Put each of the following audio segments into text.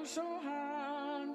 so hard,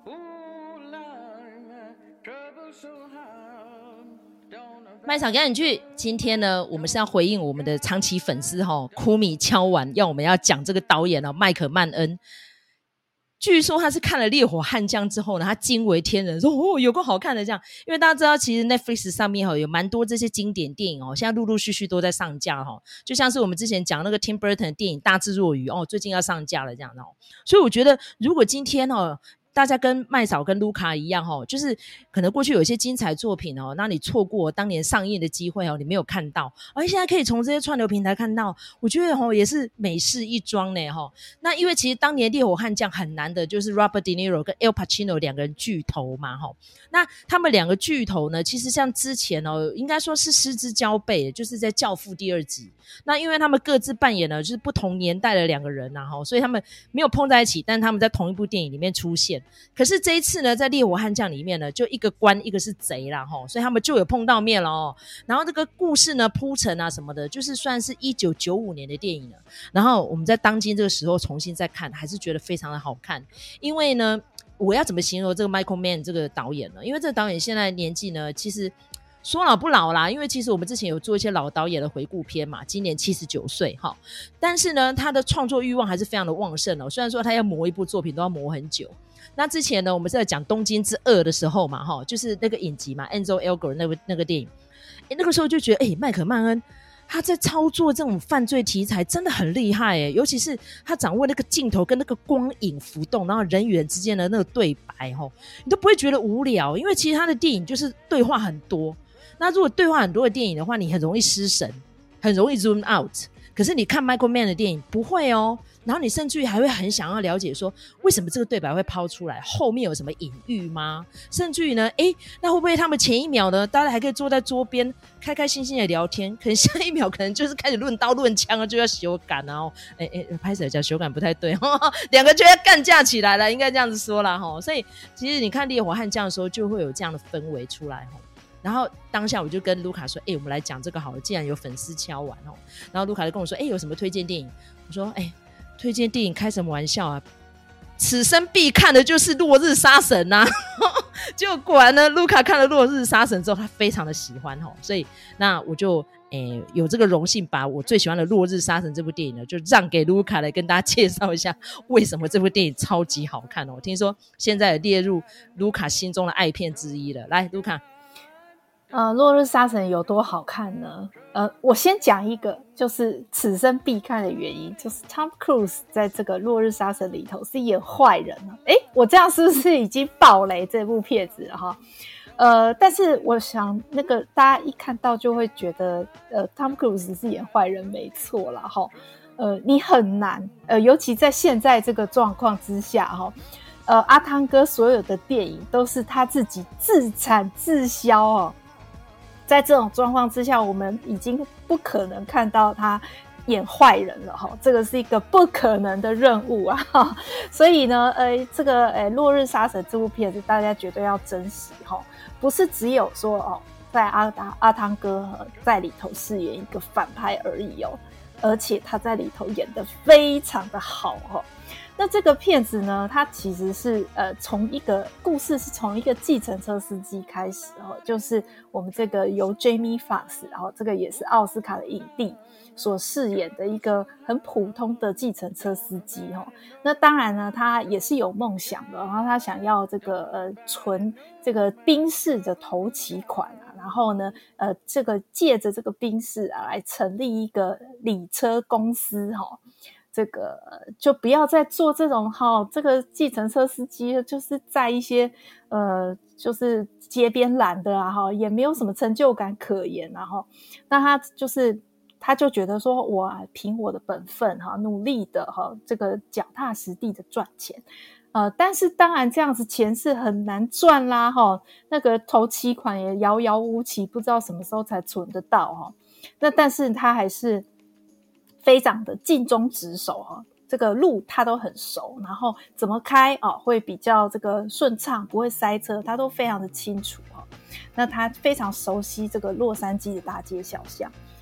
ooh Lord, trouble so hard, don't know. 卖场赶紧去！今天呢，我们是要回应我们的长期粉丝库米敲碗，我们要讲这个导演麦可曼恩。据说他是看了《烈火悍将》之后呢，他惊为天人，说有够好看的这样。因为大家知道，其实 Netflix 上面有蛮多这些经典电影现在陆陆续续都在上架就像是我们之前讲那个 Tim Burton 的电影《大智若愚》最近要上架了这样所以我觉得，如果今天大家跟麦嫂跟卢卡一样就是可能过去有一些精彩作品那你错过当年上映的机会你没有看到，而现在可以从这些串流平台看到，我觉得也是美事一桩呢那因为其实当年烈火悍将很难的就是 Robert De Niro 跟 Al Pacino 两个人巨头嘛那他们两个巨头呢，其实像之前应该说是失之交臂，就是在教父第2集，那因为他们各自扮演了就是不同年代的两个人所以他们没有碰在一起，但他们在同一部电影里面出现。可是这一次呢，在烈火悍将里面呢，就一个官一个是贼啦所以他们就有碰到面了然后这个故事呢铺陈啊什么的，就是算是1995年的电影了。然后我们在当今这个时候重新再看，还是觉得非常的好看。因为呢，我要怎么形容这个 Michael Mann 这个导演呢？因为这个导演现在年纪呢，其实说老不老啦，因为其实我们之前有做一些老导演的回顾片嘛，今年79岁但是呢，他的创作欲望还是非常的旺盛虽然说他要磨一部作品都要磨很久。那之前呢，我们在讲《东京之2》的时候嘛就是那个影集嘛 Enzo Elgar 那个电影那个时候就觉得麦可曼恩他在操作这种犯罪题材真的很厉害尤其是他掌握那个镜头跟那个光影浮动，然后人与人之间的那个对白你都不会觉得无聊，因为其实他的电影就是对话很多。那如果对话很多的电影的话，你很容易失神，很容易 zoom out。可是你看 Michael Mann 的电影不会然后你甚至于还会很想要了解说，为什么这个对白会抛出来，后面有什么隐喻吗？甚至于呢那会不会他们前一秒呢大家还可以坐在桌边开开心心的聊天，可能下一秒可能就是开始论刀论枪就要修改拍摄讲修改不太对两个就要干架起来了，应该这样子说啦所以其实你看烈火悍将的时候就会有这样的氛围出来然后当下我就跟卢卡说我们来讲这个好了，既然有粉丝敲完然后卢卡就跟我说有什么推荐电影？我说推荐电影开什么玩笑啊，此生必看的就是落日杀神啊结果果然呢，卢卡看了落日杀神之后他非常的喜欢所以那我就有这个荣幸把我最喜欢的落日杀神这部电影呢就让给卢卡来跟大家介绍一下为什么这部电影超级好看我听说现在也列入卢卡心中的爱片之一了。来，卢卡。 落日杀神有多好看呢？我先讲一个就是此生必看的原因，就是 Tom Cruise 在这个落日杀神里头是演坏人我这样是不是已经爆雷这部片子了但是我想那个大家一看到就会觉得Tom Cruise 是演坏人没错啦你很难尤其在现在这个状况之下阿汤哥所有的电影都是他自己自产自销在这种状况之下，我们已经不可能看到他演坏人了这个是一个不可能的任务所以呢这个落日杀神这部片子大家绝对要珍惜不是只有说在阿汤哥在里头饰演一个反派而已而且他在里头演得非常的好那这个片子呢，它其实是从一个故事是从一个计程车司机开始就是我们这个由 Jamie Foxx 然后这个也是奥斯卡的影帝所饰演的一个很普通的计程车司机那当然呢他也是有梦想的，然后他想要这个存这个宾士的头期款然后呢这个借着这个宾士来成立一个礼车公司这个就不要再做这种这个计程车司机就是在一些就是街边拦的也没有什么成就感可言那他就觉得说我凭我的本分努力的这个脚踏实地的赚钱但是当然这样子钱是很难赚啦那个头期款也遥遥无期，不知道什么时候才存得到那但是他还是非常的尽忠职守这个路他都很熟，然后怎么开会比较这个顺畅，不会塞车，他都非常的清楚那他非常熟悉这个洛杉矶的大街小巷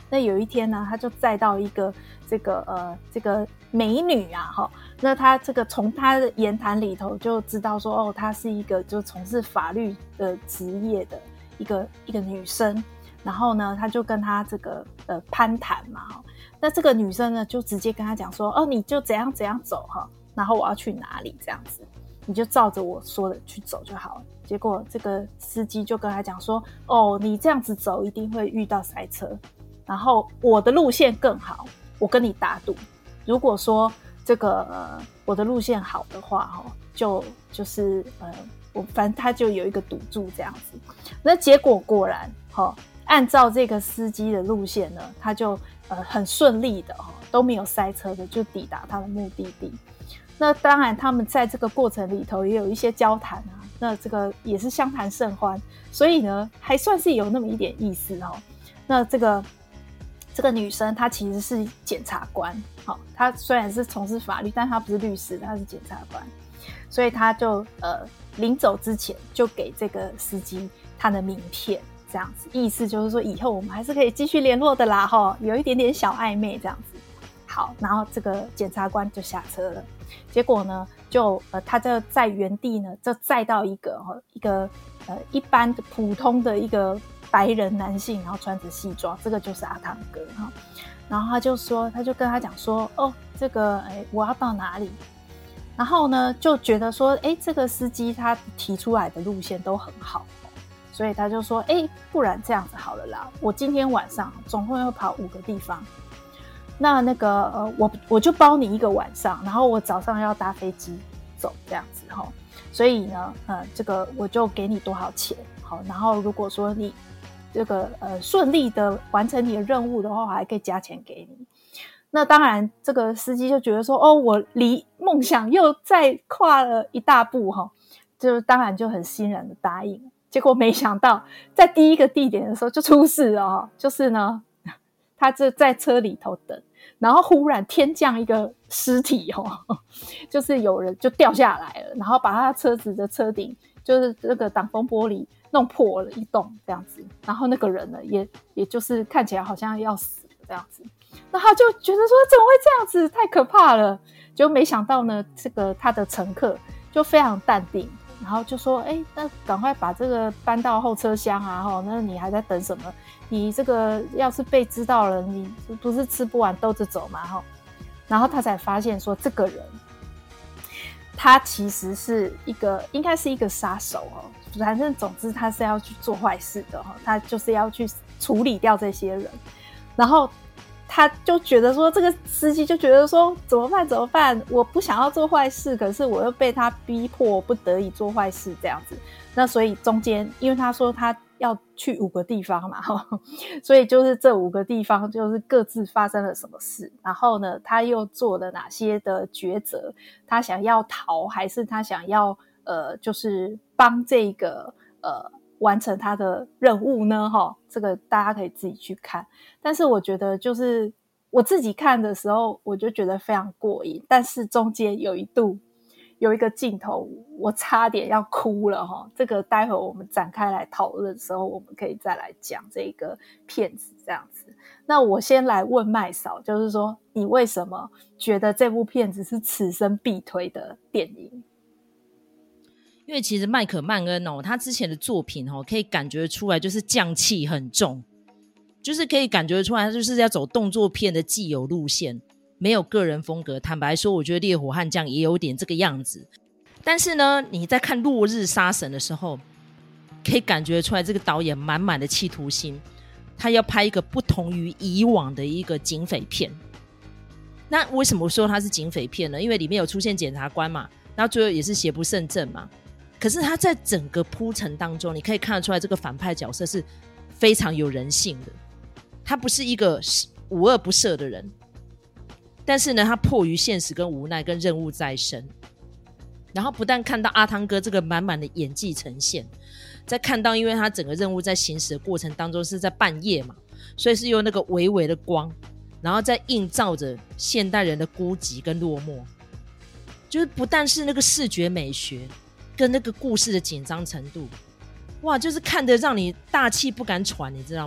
那有一天呢，他就载到一个这个美女啊，那他这个从他的言谈里头就知道说，哦，她是一个就从事法律的职业的一个女生。然后呢，他就跟他这个攀谈嘛，那这个女生呢就直接跟他讲说，哦，你就怎样怎样走哈，然后我要去哪里这样子，你就照着我说的去走就好了。结果这个司机就跟他讲说，哦，你这样子走一定会遇到塞车，然后我的路线更好，我跟你打赌，如果说这个我的路线好的话，就是我反正他就有一个赌注这样子。那结果果然按照这个司机的路线呢，他就很顺利的都没有塞车的就抵达他的目的地。那当然他们在这个过程里头也有一些交谈啊，那这个也是相谈甚欢，所以呢还算是有那么一点意思。那这个女生她其实是检察官，她虽然是从事法律，但她不是律师，她是检察官，所以她就临走之前就给这个司机她的名片，这样子意思就是说以后我们还是可以继续联络的啦，有一点点小暧昧这样子。好，然后这个检察官就下车了，结果呢就他就在原地呢就载到一个一般的普通的一个白人男性，然后穿着西装，这个就是阿汤哥然后他就跟他讲说，哦，这个我要到哪里，然后呢就觉得说这个司机他提出来的路线都很好，所以他就说不然这样子好了啦，我今天晚上总共要跑5个地方，那个我就包你1个晚上，然后我早上要搭飞机走这样子所以呢这个我就给你多少钱，好，然后如果说你这个顺利的完成你的任务的话，我还可以加钱给你。那当然这个司机就觉得说，哦，我离梦想又再跨了一大步就当然就很欣然的答应。结果没想到在第一个地点的时候就出事了就是呢他就在车里头等，然后忽然天降一个尸体就是有人就掉下来了，然后把他车子的车顶就是这个挡风玻璃弄破了一洞这样子，然后那个人呢也就是看起来好像要死这样子，那他就觉得说怎么会这样子，太可怕了。就没想到呢这个他的乘客就非常淡定，然后就说那赶快把这个搬到后车厢啊那你还在等什么，你这个要是被知道了，你不是吃不完兜着走嘛然后他才发现说这个人他其实是应该是一个杀手反正总之他是要去做坏事的他就是要去处理掉这些人。然后他就觉得说，这个司机就觉得说怎么办，我不想要做坏事，可是我又被他逼迫不得已做坏事这样子。那所以中间因为他说他要去5个地方嘛所以就是这5个地方就是各自发生了什么事，然后呢他又做了哪些的抉择，他想要逃还是他想要就是帮这个完成他的任务呢这个大家可以自己去看。但是我觉得就是我自己看的时候我就觉得非常过瘾，但是中间有一个镜头我差点要哭了这个待会我们展开来讨论的时候我们可以再来讲这个片子这样子。那我先来问麦嫂，就是说你为什么觉得这部片子是此生必推的电影？ 因为其实麦可曼恩他之前的作品可以感觉出来就是匠气很重，就是可以感觉出来他就是要走动作片的既有路线，没有个人风格。坦白说我觉得烈火悍将也有点这个样子，但是呢你在看落日杀神的时候可以感觉出来这个导演满满的企图心，他要拍一个不同于以往的一个警匪片。那为什么说他是警匪片呢？因为里面有出现检察官嘛，然后最后也是邪不胜正嘛。可是他在整个铺陈当中你可以看得出来这个反派角色是非常有人性的，他不是一个无恶不赦的人，但是呢他迫于现实跟无奈跟任务在身。然后不但看到阿汤哥这个满满的演技呈现，再看到因为他整个任务在行驶的过程当中是在半夜嘛，所以是用那个微微的光，然后再映照着现代人的孤寂跟落寞，就是不但是那个视觉美学跟那个故事的紧张程度，哇，就是看得让你大气不敢喘，你知道吗？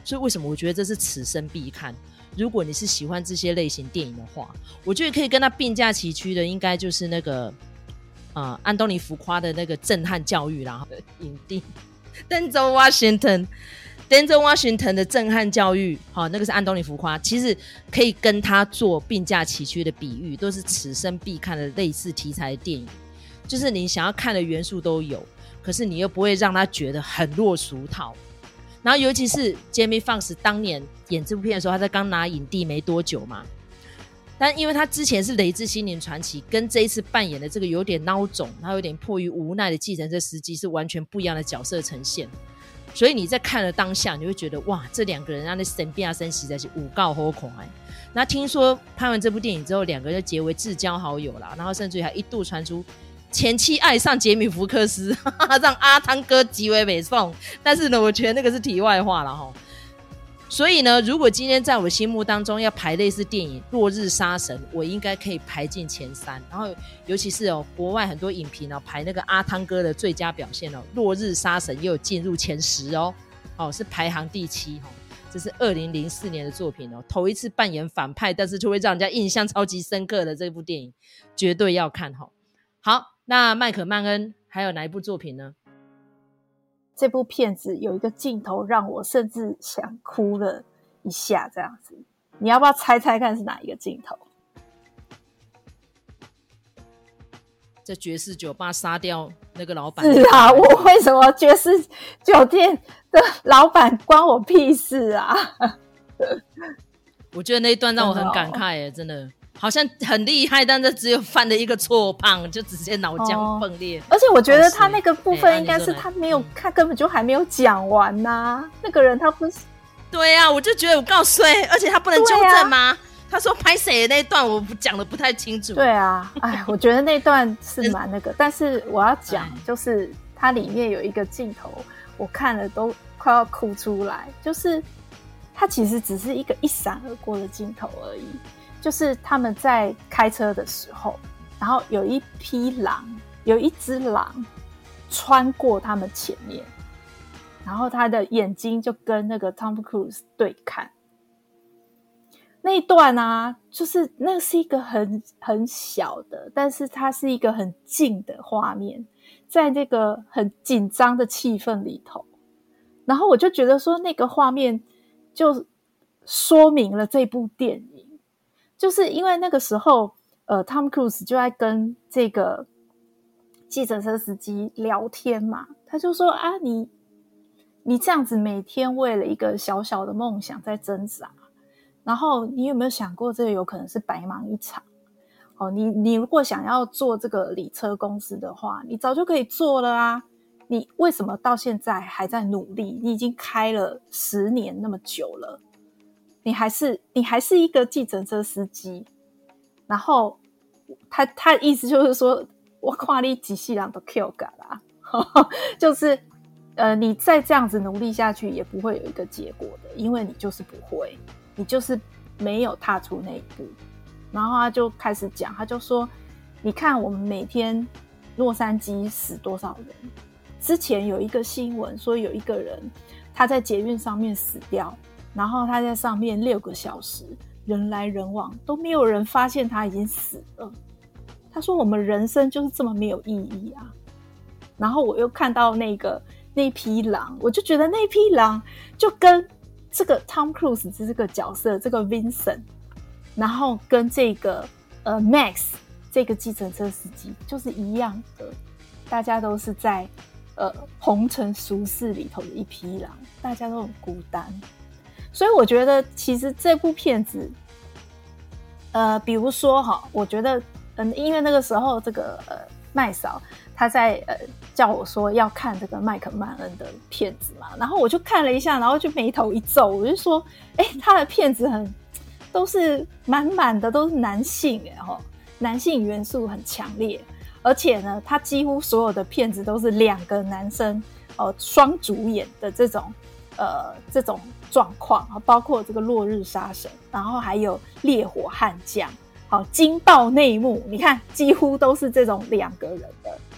所以为什么我觉得这是此生必看？如果你是喜欢这些类型电影的话，我觉得可以跟他并驾齐驱的，应该就是那个安东尼浮夸的那个震撼教育啦，影帝 Denzel Washington 的震撼教育，那个是安东尼浮夸，其实可以跟他做并驾齐驱的比喻，都是此生必看的类似题材的电影，就是你想要看的元素都有，可是你又不会让他觉得很落俗套。然后尤其是 Jamie Foxx 当年演这部片的时候，他在刚拿影帝没多久嘛，但因为他之前是雷之心灵传奇，跟这一次扮演的这个有点孬种然后有点迫于无奈的计程车司机是完全不一样的角色呈现，所以你在看了当下你会觉得哇，这两个人让那神变神实在是五告好恐哎。那听说拍完这部电影之后，两个人就结为至交好友啦，然后甚至还一度传出前妻爱上杰米福克斯让阿汤哥极为美颂，但是呢我觉得那个是题外话啦齁。所以呢，如果今天在我心目当中要排类似电影《落日杀神》，我应该可以排进前3，然后尤其是国外很多影评排那个阿汤哥的最佳表现《落日杀神》也有进入前10是排行第7这是2004年的作品头一次扮演反派，但是就会让人家印象超级深刻的这部电影，绝对要看好，那麦克曼恩还有哪一部作品呢？ 这部片子有一个镜头让我甚至想哭了一下，这样子，你要不要猜猜看是哪一个镜头？ 在爵士酒吧杀掉那个老板。 是啊，我为什么爵士酒店的老板关我屁事啊？ 我觉得那一段让我很感慨耶，真的好像很厉害，但是只有犯了一个错胖就直接脑浆迸裂而且我觉得他那个部分应该是他没有他根本就还没有讲完那个人他不是对啊，我就觉得我告诉而且他不能纠正吗？他说拍谁的那一段我讲的不太清楚。 对啊，我觉得那段是蛮那个但是我要讲就是它里面有一个镜头我看了都快要哭出来，就是它其实只是一个一闪而过的镜头而已，就是他们在开车的时候，然后有一只狼穿过他们前面，然后他的眼睛就跟那个 Tom Cruise 对看。那一段就是那是一个很小的，但是它是一个很近的画面，在那个很紧张的气氛里头，然后我就觉得说那个画面就说明了这部电影，就是因为那个时候Tom Cruise 就在跟这个计程车司机聊天嘛，他就说你这样子每天为了一个小小的梦想在挣扎，然后你有没有想过这个有可能是白忙一场你如果想要做这个理车公司的话，你早就可以做了你为什么到现在还在努力？你已经开了10年那么久了，你还是一个计程车司机。然后他的意思就是说，我看你几世人都 Q 嘎啦，就是你再这样子努力下去也不会有一个结果的，因为你就是不会，你就是没有踏出那一步。然后他就开始讲，他就说你看我们每天洛杉矶死多少人，之前有一个新闻说有一个人他在捷运上面死掉，然后他在上面6个小时人来人往都没有人发现他已经死了。他说我们人生就是这么没有意义然后我又看到那批狼，我就觉得那批狼就跟这个 Tom Cruise 这个角色，这个 Vincent， 然后跟这个Max 这个计程车司机就是一样的，大家都是在红尘俗世里头的一匹狼，大家都很孤单。所以我觉得其实这部片子比如说我觉得因为那个时候这个麦嫂他在叫我说要看这个麦克曼恩的片子嘛，然后我就看了一下，然后就眉头一皱，我就说他的片子都是满满的都是男性男性元素很强烈，而且呢他几乎所有的片子都是2个男生双主演的这种状况，包括这个落日杀神，然后还有烈火悍将，惊爆内幕，你看几乎都是这种2个人的。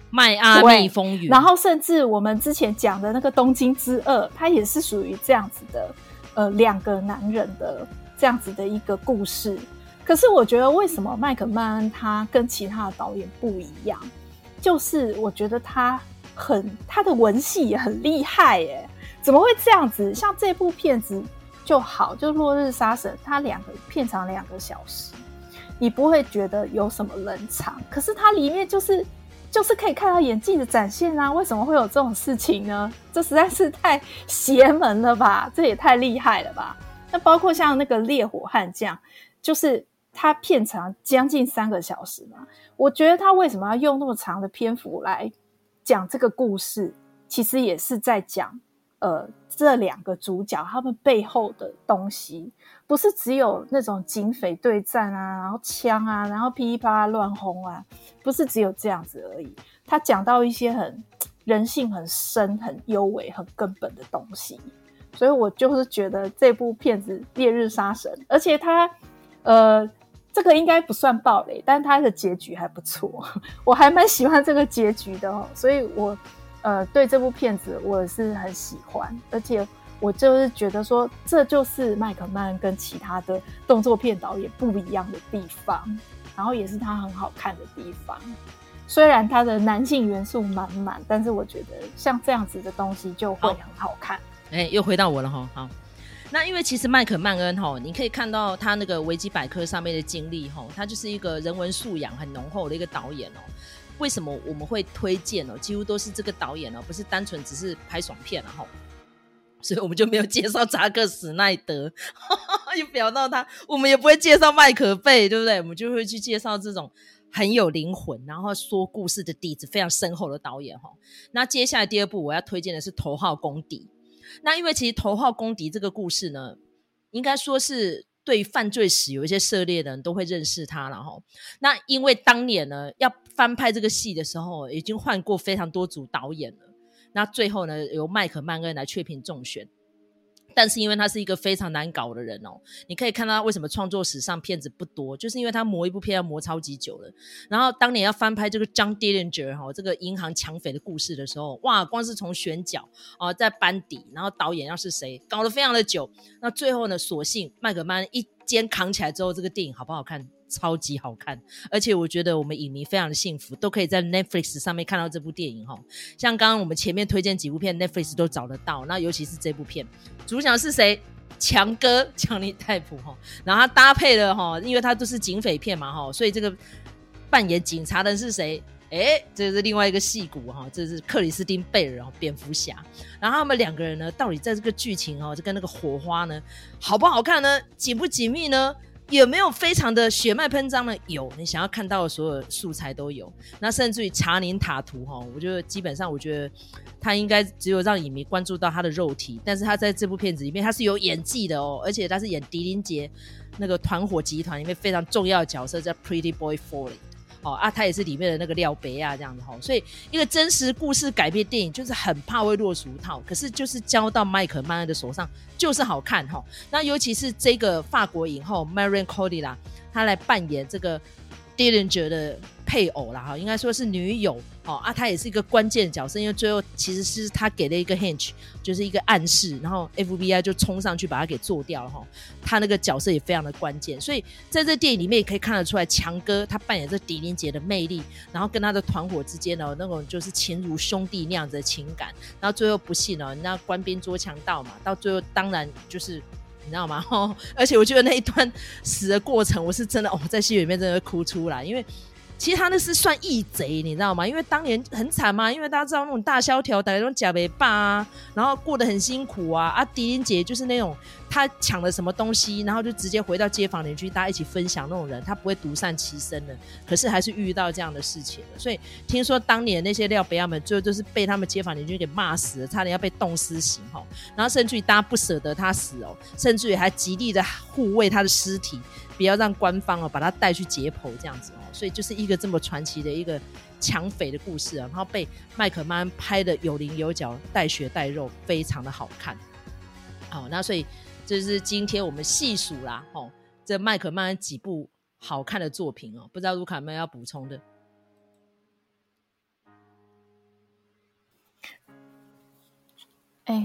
迈阿密风云， 然后甚至我们之前讲的那个东京之2，它也是属于这样子的2个男人的这样子的一个故事。可是我觉得为什么麦克曼恩他跟其他的导演不一样，就是我觉得他的文戏也很厉害耶。怎么会这样子？像这部片子就好，就《落日杀神》，它片长2个小时，你不会觉得有什么冷场，可是它里面就是可以看到演技的展现啊！为什么会有这种事情呢？这实在是太邪门了吧，这也太厉害了吧。那包括像那个烈火悍将，就是它片长将近3个小时嘛，我觉得他为什么要用那么长的篇幅来讲这个故事，其实也是在讲这2个主角他们背后的东西，不是只有那种警匪对战啊，然后枪啊，然后噼里啪啦乱轰啊，不是只有这样子而已。他讲到一些人性很深、很幽微、很根本的东西，所以我就是觉得这部片子《烈日杀神》，而且他这个应该不算暴雷，但他的结局还不错，我还蛮喜欢这个结局的哦，所以我对这部片子我是很喜欢，而且我就是觉得说这就是麦克曼跟其他的动作片导演不一样的地方，然后也是他很好看的地方。虽然他的男性元素满满，但是我觉得像这样子的东西就会很好看。 又回到我了齁。好，那因为其实麦克曼恩你可以看到他那个维基百科上面的经历他就是一个人文素养很浓厚的一个导演为什么我们会推荐几乎都是这个导演不是单纯只是拍爽片所以我们就没有介绍扎克史奈德又表到他，我们也不会介绍麦可贝，对不对？我们就会去介绍这种很有灵魂然后说故事的底子非常深厚的导演那接下来第2部我要推荐的是头号公敌。那因为其实头号公敌这个故事呢，应该说是对犯罪史有一些涉猎的人都会认识他了那因为当年呢要翻拍这个戏的时候已经换过非常多组导演了，那最后呢由麦克曼恩来确评中选。但是因为他是一个非常难搞的人你可以看到他为什么创作史上片子不多，就是因为他磨一部片要磨超级久了。然后当年要翻拍这个 John Dillinger 这个银行抢匪的故事的时候，哇，光是从选角在班底，然后导演要是谁，搞得非常的久。那最后呢，索性麦克曼一肩扛起来之后，这个电影好不好看？超级好看，而且我觉得我们影迷非常的幸福，都可以在 Netflix 上面看到这部电影像刚刚我们前面推荐几部片 Netflix 都找得到，那尤其是这部片主角是谁？强哥强尼戴普然后他搭配了因为他都是警匪片嘛所以这个扮演警察的人是谁？这是另外一个戏骨这是克里斯汀贝尔蝙蝠侠。然后他们2个人呢，到底在这个剧情就跟那个火花呢好不好看呢？紧不紧密呢？有没有非常的血脉喷张呢？有，你想要看到的所有素材都有。那甚至于查宁塔图我觉得基本上我觉得他应该只有让影迷关注到他的肉体，但是他在这部片子里面他是有演技的而且他是演狄林杰那个团伙集团里面非常重要的角色，叫 Pretty Boy Floyd他也是里面的那个廖北这样子所以一个真实故事改编电影就是很怕会落俗套，可是就是交到麦克曼恩的手上就是好看那尤其是这个法国影后 Marion Cotillard 她来扮演这个 Dillinger 的配偶啦应该说是女友她也是一个关键的角色，因为最后其实是她给了一个 hint， 就是一个暗示，然后 FBI 就冲上去把她给做掉了她那个角色也非常的关键，所以在这电影里面也可以看得出来强哥他扮演这狄林杰的魅力，然后跟他的团伙之间那种就是情如兄弟那样子的情感，然后最后不幸人家官兵捉强盗嘛，到最后当然就是你知道吗而且我觉得那一段死的过程我是真的在戏里面真的会哭出来，因为其实他那是算义贼你知道吗？因为当年很惨嘛，因为大家知道那种大萧条大家都假没爸然后过得很辛苦狄林杰就是那种他抢了什么东西然后就直接回到街坊邻居大家一起分享那种人，他不会独善其身的，可是还是遇到这样的事情了。所以听说当年那些廖北亚们最后都是被他们街坊邻居给骂死了，差点要被冻死刑然后甚至于大家不舍得他死甚至于还极力的护卫他的尸体，不要让官方把他带去解剖这样子所以就是一个这么传奇的一个抢匪的故事然后被麦克曼恩拍的有棱有角，带血带肉，非常的好看。好，那所以这是今天我们细数啦这麦克曼恩几部好看的作品不知道卢卡有没有要补充的？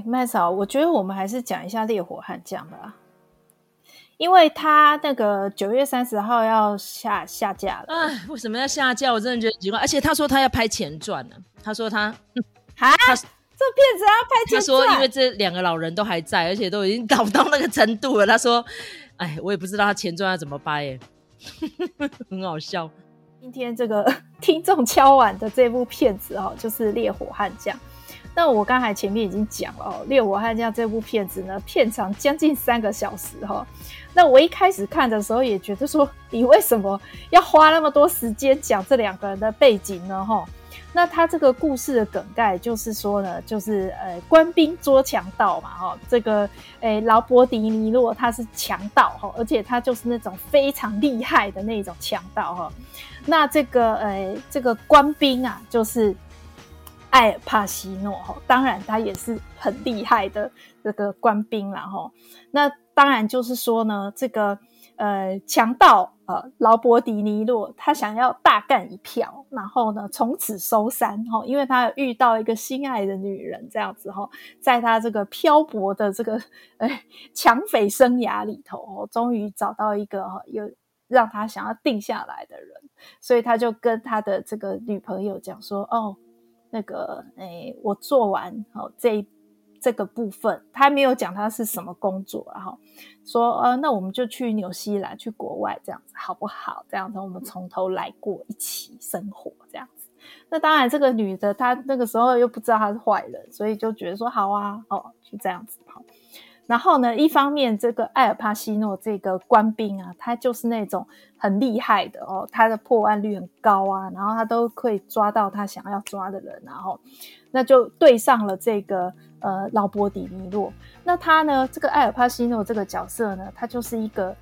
麦嫂，我觉得我们还是讲一下烈火悍将吧，因为他那个9月30号要下架了。 为什么要下架？我真的觉得奇怪。而且他说他要拍前传呢，他说他这片子要拍前传。 他说因为这2个老人都还在，而且都已经老到那个程度了。他说，哎，我也不知道他前传要怎么拍耶，很好笑。 今天这个听众敲碗的这部片子就是《烈火悍将》。那我刚才前面已经讲了《烈火悍将》这部片子呢，片长将近3个小时那我一开始看的时候也觉得说，你为什么要花那么多时间讲这2个人的背景呢？那他这个故事的梗概就是说呢，就是官兵捉强盗嘛这个劳勃迪尼洛他是强盗而且他就是那种非常厉害的那种强盗那这个官兵啊，就是艾尔帕西诺当然他也是很厉害的这个官兵啦那当然就是说呢，这个强盗劳勃迪尼洛他想要大干一票，然后呢从此收山因为他有遇到一个心爱的女人这样子在他这个漂泊的这个抢匪生涯里头终于找到一个有让他想要定下来的人，所以他就跟他的这个女朋友讲说那个我做完这个部分，他没有讲他是什么工作说那我们就去纽西兰去国外这样子好不好，这样子我们从头来过，一起生活这样子。那当然这个女的她那个时候又不知道她是坏人，所以就觉得说好啊就这样子然后呢，一方面这个艾尔帕西诺这个官兵啊，他就是那种很厉害的他的破案率很高啊，然后他都可以抓到他想要抓的人，然后那就对上了这个劳勃迪尼洛。那他呢，这个艾尔帕西诺这个角色呢，他就是一个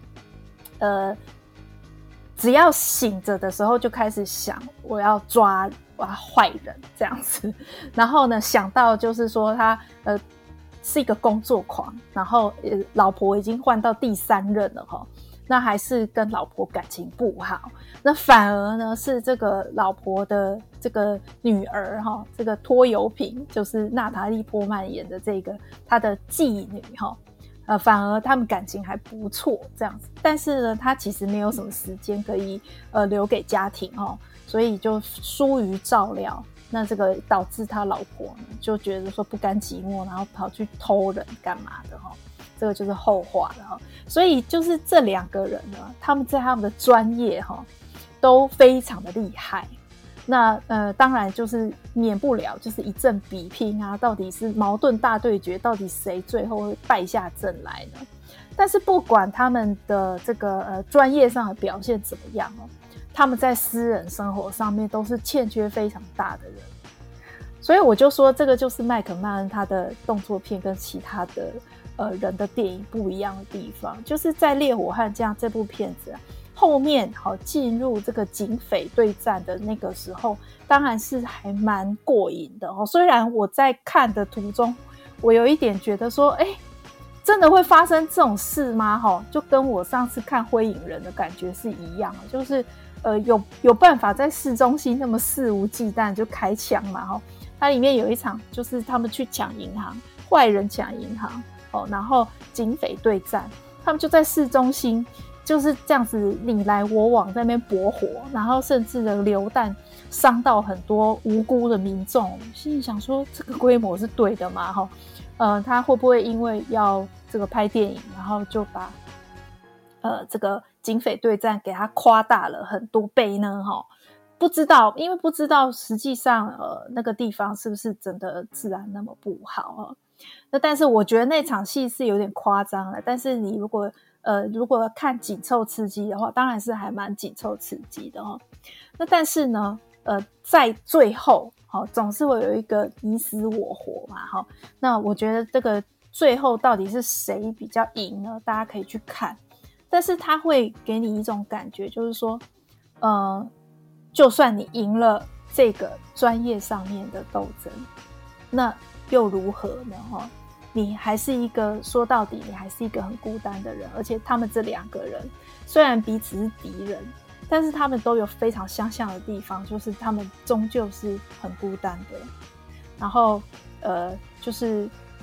只要醒着的时候就开始想我要抓坏人这样子，然后呢想到就是说他是一个工作狂，然后老婆已经换到第3任了那还是跟老婆感情不好，那反而呢是这个老婆的这个女儿这个拖油瓶，就是娜塔莉波曼演的这个她的妓女反而他们感情还不错这样子，但是呢她其实没有什么时间可以留给家庭所以就疏于照料，那这个导致他老婆呢就觉得说不甘寂寞，然后跑去偷人干嘛的这个就是后话了所以就是这2个人呢，他们在他们的专业都非常的厉害。那当然就是免不了就是一阵比拼啊，到底是矛盾大对决，到底谁最后会败下阵来呢？但是不管他们的这个专业上的表现怎么样他们在私人生活上面都是欠缺非常大的人。所以我就说这个就是麦克曼恩他的动作片跟其他的人的电影不一样的地方，就是在《烈火悍将》这部片子后面进入这个警匪对战的那个时候，当然是还蛮过瘾的虽然我在看的途中我有一点觉得说真的会发生这种事吗就跟我上次看《灰影人》的感觉是一样就是有办法在市中心那么肆无忌惮就开枪嘛它里面有一场就是他们去抢银行，坏人抢银行然后警匪对战，他们就在市中心就是这样子你来我往在那边搏火，然后甚至的流弹伤到很多无辜的民众，心里想说这个规模是对的吗他会不会因为要这个拍电影，然后就把这个警匪对战给他夸大了很多倍呢不知道，因为不知道实际上那个地方是不是真的治安那么不好那但是我觉得那场戏是有点夸张了，但是你如果看紧凑刺激的话，当然是还蛮紧凑刺激的那但是呢在最后总是会有一个你死我活嘛那我觉得这个最后到底是谁比较赢呢？大家可以去看，但是它会给你一种感觉，就是说就算你赢了这个专业上面的斗争，那又如何呢你还是一个说到底你还是一个很孤单的人，而且他们这2个人虽然彼此是敌人，但是他们都有非常相像的地方，就是他们终究是很孤单的，然后就是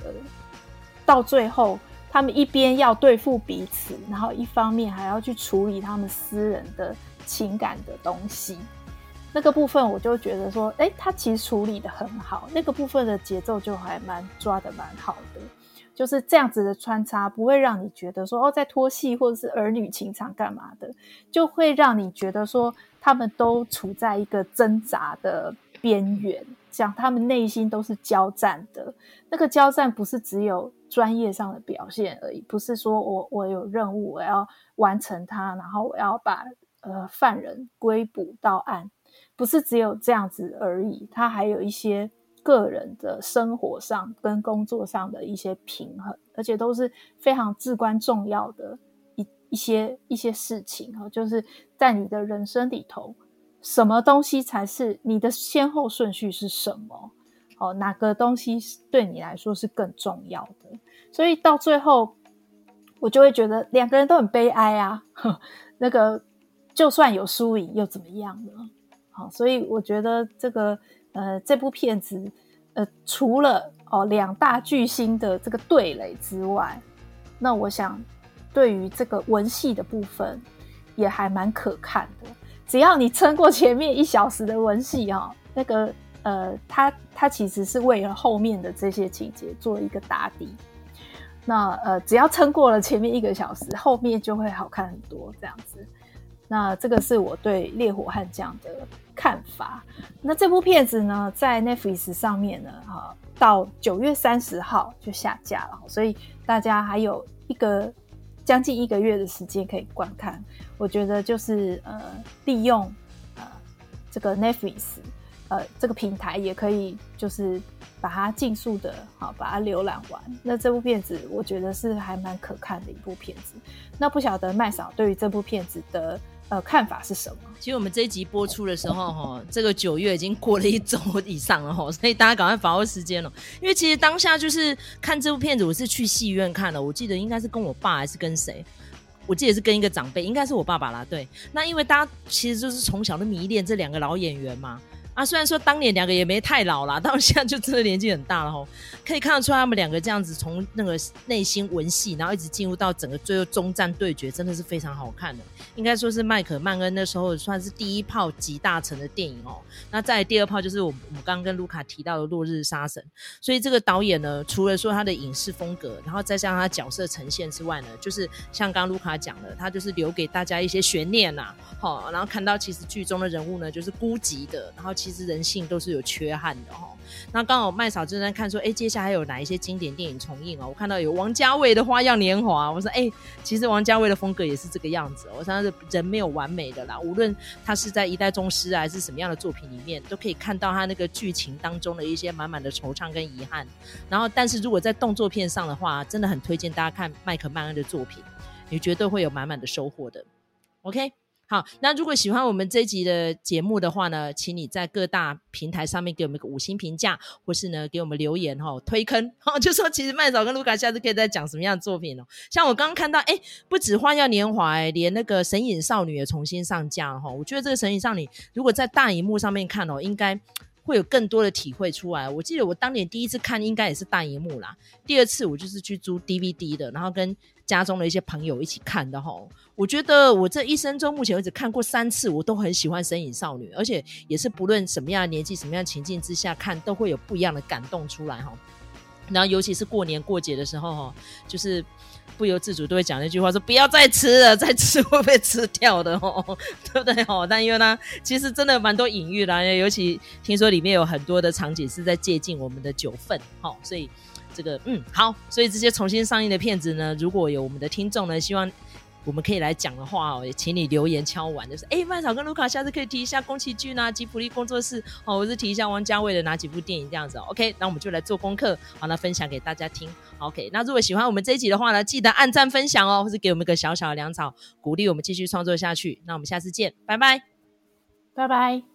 的，到最后他们一边要对付彼此，然后一方面还要去处理他们私人的情感的东西。那个部分我就觉得说，他其实处理的很好，那个部分的节奏就还抓得蛮好的，就是这样子的穿插不会让你觉得说在拖戏或者是儿女情长干嘛的，就会让你觉得说他们都处在一个挣扎的边缘，像他们内心都是交战的。那个交战不是只有专业上的表现而已，不是说我有任务我要完成它，然后我要把犯人归捕到案，不是只有这样子而已，它还有一些个人的生活上跟工作上的一些平衡，而且都是非常至关重要的一些事情，就是在你的人生里头，什么东西才是你的先后顺序是什么，哪个东西对你来说是更重要的。所以到最后我就会觉得两个人都很悲哀啊，那个就算有输赢又怎么样呢？好，所以我觉得这部片子除了两大巨星的这个对垒之外，那我想对于这个文戏的部分也还蛮可看的。只要你撑过前面1小时的文戏那个它其实是为了后面的这些情节做一个打底。那只要撑过了前面1个小时，后面就会好看很多这样子。那这个是我对烈火悍将的看法。那这部片子呢，在 Netflix 上面呢，到9月30号就下架了，所以大家还有将近1个月的时间可以观看。我觉得就是利用这个 Netflix 这个平台，也可以就是把它尽速的把它浏览完。那这部片子我觉得是还蛮可看的一部片子。那不晓得麦嫂对于这部片子的看法是什么？ 其实我们这一集播出的时候这个9月已经过了1周以上了，所以大家赶快把握时间了。因为其实当下就是看这部片子，我是去戏院看的，我记得应该是跟我爸还是跟谁，我记得是跟一个长辈，应该是我爸爸啦。对，那因为大家其实就是从小都迷恋这2个老演员嘛。虽然说当年2个也没太老啦，到现在就真的年纪很大了可以看得出来他们2个这样子从那个内心文戏，然后一直进入到整个最后终战对决，真的是非常好看的。应该说是麦可曼恩那时候算是第1炮集大成的电影那再来第2炮就是我们刚刚跟卢卡提到的《落日杀神》。所以这个导演呢，除了说他的影视风格，然后再加上他角色呈现之外呢，就是像刚刚卢卡讲的，他就是留给大家一些悬念然后看到其实剧中的人物呢就是孤寂的，然后其实人性都是有缺憾的那刚好麦嫂正在看说接下来还有哪一些经典电影重映我看到有王家卫的《花样年华》，我说其实王家卫的风格也是这个样子我想他的人没有完美的啦，无论他是在一代宗师还是什么样的作品里面，都可以看到他那个剧情当中的一些满满的惆怅跟遗憾。然后但是如果在动作片上的话，真的很推荐大家看麦可曼恩的作品，你绝对会有满满的收获的。 OK，好，那如果喜欢我们这一集的节目的话呢，请你在各大平台上面给我们一个5星评价，或是呢给我们留言推坑就说其实麦嫂跟卢卡下次可以再讲什么样的作品像我刚刚看到不止花样年华连那个神隐少女也重新上架我觉得这个神隐少女如果在大荧幕上面看应该会有更多的体会出来。我记得我当年第1次看应该也是大荧幕啦，第2次我就是去租 DVD 的，然后跟家中的一些朋友一起看的我觉得我这一生中目前为止看过3次，我都很喜欢神隐少女，而且也是不论什么样的年纪什么样的情境之下看都会有不一样的感动出来然后尤其是过年过节的时候就是不由自主都会讲那句话说不要再吃了，再吃会被吃掉的对不对但因为呢其实真的蛮多隐喻啦，尤其听说里面有很多的场景是在借鉴我们的9份所以这个好，所以这些重新上映的片子呢，如果有我们的听众呢希望我们可以来讲的话也请你留言敲完，就是麦嫂跟卢卡下次可以提一下宫崎骏吉卜力工作室或是提一下王家卫的哪几部电影这样子OK， 那我们就来做功课那分享给大家听 OK， 那如果喜欢我们这一集的话呢，记得按赞分享或是给我们一个小小的粮草，鼓励我们继续创作下去。那我们下次见，拜拜， 拜拜。